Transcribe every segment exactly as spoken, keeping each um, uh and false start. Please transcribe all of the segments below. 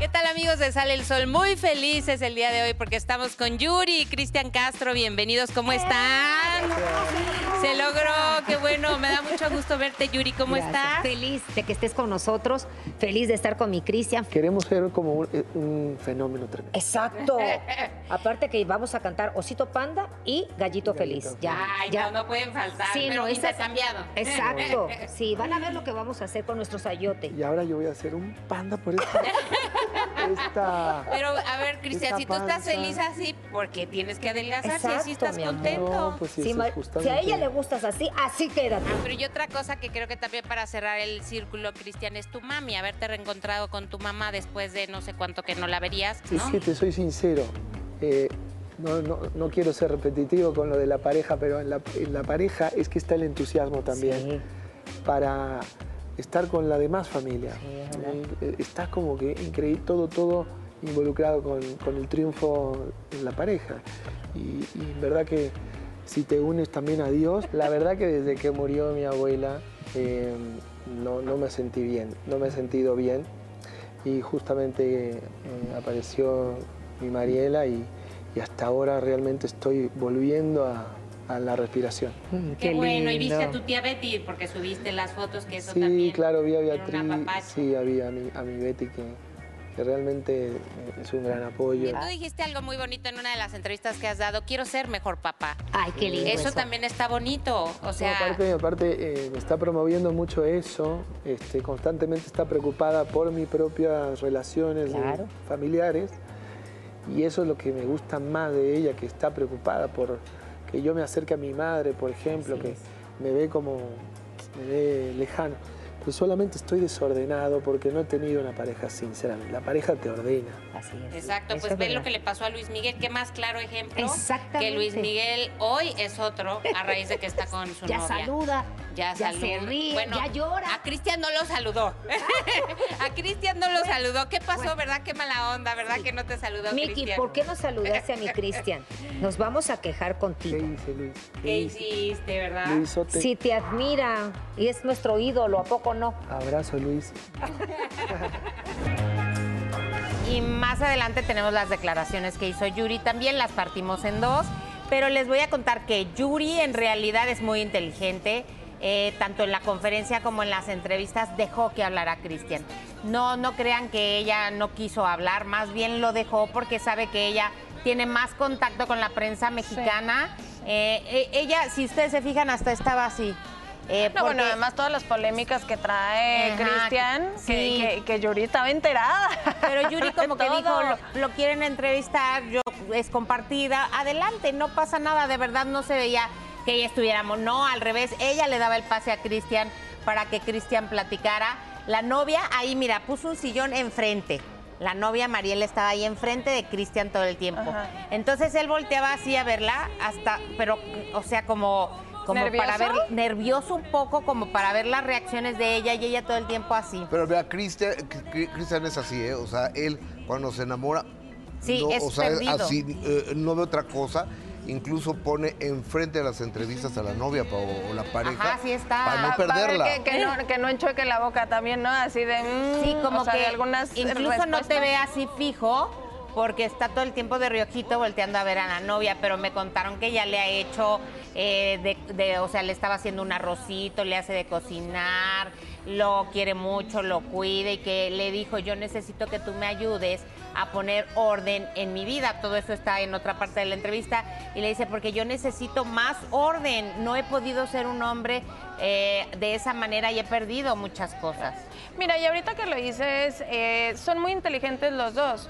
¿Qué tal, amigos de Sale el Sol? Muy felices el día de hoy porque estamos con Yuri y Cristian Castro. Bienvenidos, ¿cómo están? Se logró, qué bueno, me da mucho gusto verte, Yuri, ¿cómo Gracias. estás? Feliz de que estés con nosotros, feliz de estar con mi Cristian. Queremos ser como un, un fenómeno tremendo. Exacto. Aparte que vamos a cantar Osito Panda y Gallito, Gallito Feliz. Feliz. Ya, Ay, ya. no, no pueden faltar, Sí, pero no, esa- intercambiado. Exacto. Sí, van a ver lo que vamos a hacer con nuestro sayote. Y ahora yo voy a hacer un panda por esta... esta... Pero, a ver, Cristian, Esta si tú estás panza. feliz así, ¿por qué tienes que adelgazar si así Exacto, estás mi amor. contento? No, pues sí, Si, eso ma- es justamente... si a ella le gustas así, así quédate. Ah, pero y otra cosa que creo que también para cerrar el círculo, Cristian, es tu mami, haberte reencontrado con tu mamá después de no sé cuánto que no la verías, Sí, ¿no? sí, te soy sincero. Eh, no, no, no quiero ser repetitivo con lo de la pareja, pero en la, en la pareja es que está el entusiasmo también Sí. para estar con la demás familia. Sí, es verdad. Eh, Estás como que increíble, todo, todo involucrado con, con el triunfo en la pareja. Y, y en verdad que si te unes también a Dios, la verdad que desde que murió mi abuela eh, no, no me sentí bien, no me he sentido bien. Y justamente eh, apareció mi Mariela y, y hasta ahora realmente estoy volviendo a, a la respiración. Mm, Qué, bueno, y viste a lindo. tu tía Betty, porque subiste las fotos, que eso Sí, también claro, vi a era un Beatriz, apapacho. sí, había a mi, a mi Betty que, que realmente eh, es un gran apoyo. Y tú dijiste algo muy bonito en una de las entrevistas que has dado, quiero ser mejor papá. Ay, qué lindo Eso, eso. también está bonito, o sea... No, aparte, aparte eh, me está promoviendo mucho eso, este, constantemente está preocupada por mis propias relaciones eh, Claro. familiares y eso es lo que me gusta más de ella, que está preocupada por que yo me acerque a mi madre, por ejemplo, Así que es. me ve como, me ve lejano. Pero solamente estoy desordenado porque no he tenido una pareja, sinceramente. La pareja te ordena. Así es. Exacto, Eso pues es ve lo verdad. que le pasó a Luis Miguel, qué más claro ejemplo Exactamente. que Luis Miguel hoy es otro a raíz de que está con su Ya novia. saluda, Ya, ya saluda. se ríe, Bueno, ya llora. A Cristian no lo saludó. A Cristian no lo saludó. ¿Qué pasó, bueno. verdad? Qué mala onda, ¿verdad? Sí. Que no te saludó, Miki, Cristian. ¿por qué no saludaste a mi Cristian? Nos vamos a quejar ¿Qué contigo. hice, Luis? ¿Qué hiciste, verdad? Luisote, Si te admira y es nuestro ídolo, ¿a poco no? abrazo, Luis. Y más adelante tenemos las declaraciones que hizo Yuri, también las partimos en dos, pero les voy a contar que Yuri en realidad es muy inteligente, eh, tanto en la conferencia como en las entrevistas dejó que hablara Cristian. No, no crean que ella no quiso hablar, más bien lo dejó porque sabe que ella tiene más contacto con la prensa mexicana. Eh, eh, ella, si ustedes se fijan, hasta estaba así. Eh, No, bueno, porque- además todas las polémicas que trae Ajá, Cristian, sí. que, que, que Yuri estaba enterada. Pero Yuri como que Todo. dijo, lo, lo quieren entrevistar, yo es compartida, adelante, no pasa nada, de verdad no se veía que ella estuviéramos, no, al revés, ella le daba el pase a Cristian para que Cristian platicara. La novia ahí, mira, puso un sillón enfrente. La novia Mariela estaba ahí enfrente de Cristian todo el tiempo. Ajá. Entonces él volteaba así a verla, hasta, pero, o sea, como... Como ¿Nervioso? para ver, nervioso un poco, como para ver las reacciones de ella y ella todo el tiempo así. Pero vea, Cristian, Cri- Cristian es así, ¿eh? O sea, él cuando se enamora, Sí, no, es o sea, perdido. así, eh, no ve otra cosa. Incluso pone enfrente de las entrevistas a la novia pa- o la pareja Ajá, sí está. para no Pa- pa' ver perderla. Que, que no, que no enchueque la boca también, ¿no? Así de... mm, Sí, como o sea, que de algunas incluso no te respuestas. ve así fijo porque está todo el tiempo de riojito volteando a ver a la novia, pero me contaron que ya le ha hecho, eh, de, de- o sea, le estaba haciendo un arrocito, le hace de cocinar, lo quiere mucho, lo cuida y que le dijo, yo necesito que tú me ayudes a poner orden en mi vida. Todo eso está en otra parte de la entrevista y le dice, porque yo necesito más orden, no he podido ser un hombre eh, de esa manera y he perdido muchas cosas. Mira, y ahorita que lo dices, eh, son muy inteligentes los dos,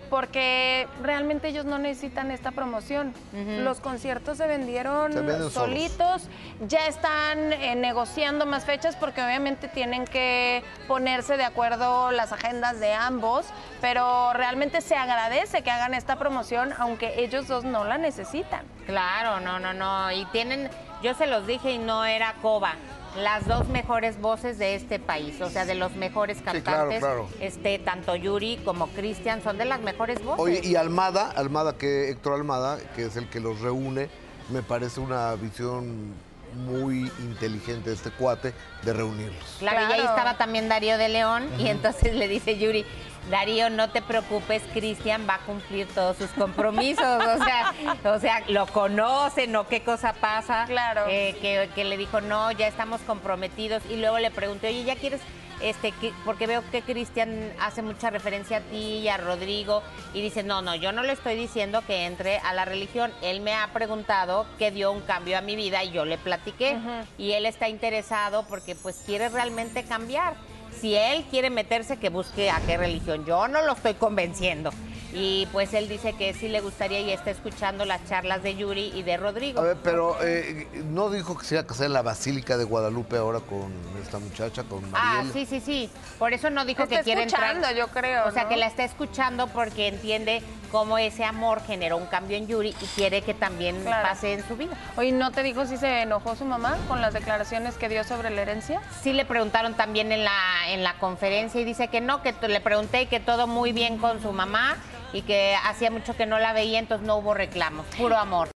porque realmente ellos no necesitan esta promoción. Ujú. Los conciertos se vendieron Se venden solos. solitos, ya están eh, negociando más fechas porque obviamente tienen que ponerse de acuerdo las agendas de ambos, pero realmente se agradece que hagan esta promoción, aunque ellos dos no la necesitan. Claro, no, no, no. Y tienen, yo se los dije y no era coba, las dos mejores voces de este país, o sea, de los mejores claro, cantantes. claro. Este, tanto Yuri como Cristian son de las mejores voces. Oye, y Almada, Almada, que Héctor Almada, que es el que los reúne, me parece una visión muy inteligente este cuate de reunirlos. Claro, y ahí Claro. estaba también Darío de León, y entonces le dice Yuri, Darío, no te preocupes, Cristian va a cumplir todos sus compromisos, o sea, o sea, lo conocen, ¿no? ¿Qué cosa pasa? Claro. Eh, que, que le dijo, no, ya estamos comprometidos, y luego le pregunté, oye, ¿ya quieres...? Este, que- porque veo que Cristian hace mucha referencia a ti y a Rodrigo, y dice, no, no, yo no le estoy diciendo que entre a la religión. Él me ha preguntado que dio un cambio a mi vida y yo le platiqué, y él está interesado porque pues quiere realmente cambiar. Si él quiere meterse, que busque a qué religión. Yo no lo estoy convenciendo. Y pues él dice que sí le gustaría y está escuchando las charlas de Yuri y de Rodrigo. A ver, pero eh, ¿no dijo que se iba a casar en la Basílica de Guadalupe ahora con esta muchacha, con Ah, Mariela? sí, sí, sí. Por eso no dijo Está que quiere entrar. escuchando, yo creo, O sea, ¿no? que la está escuchando porque entiende cómo ese amor generó un cambio en Yuri y quiere que también Claro. pase en su vida. Oye, ¿no te dijo si se enojó su mamá con las declaraciones que dio sobre la herencia? Sí le preguntaron también en la, en la conferencia y dice que no, que t- le pregunté y que todo muy bien con su mamá y que hacía mucho que no la veía, entonces no hubo reclamos, puro amor.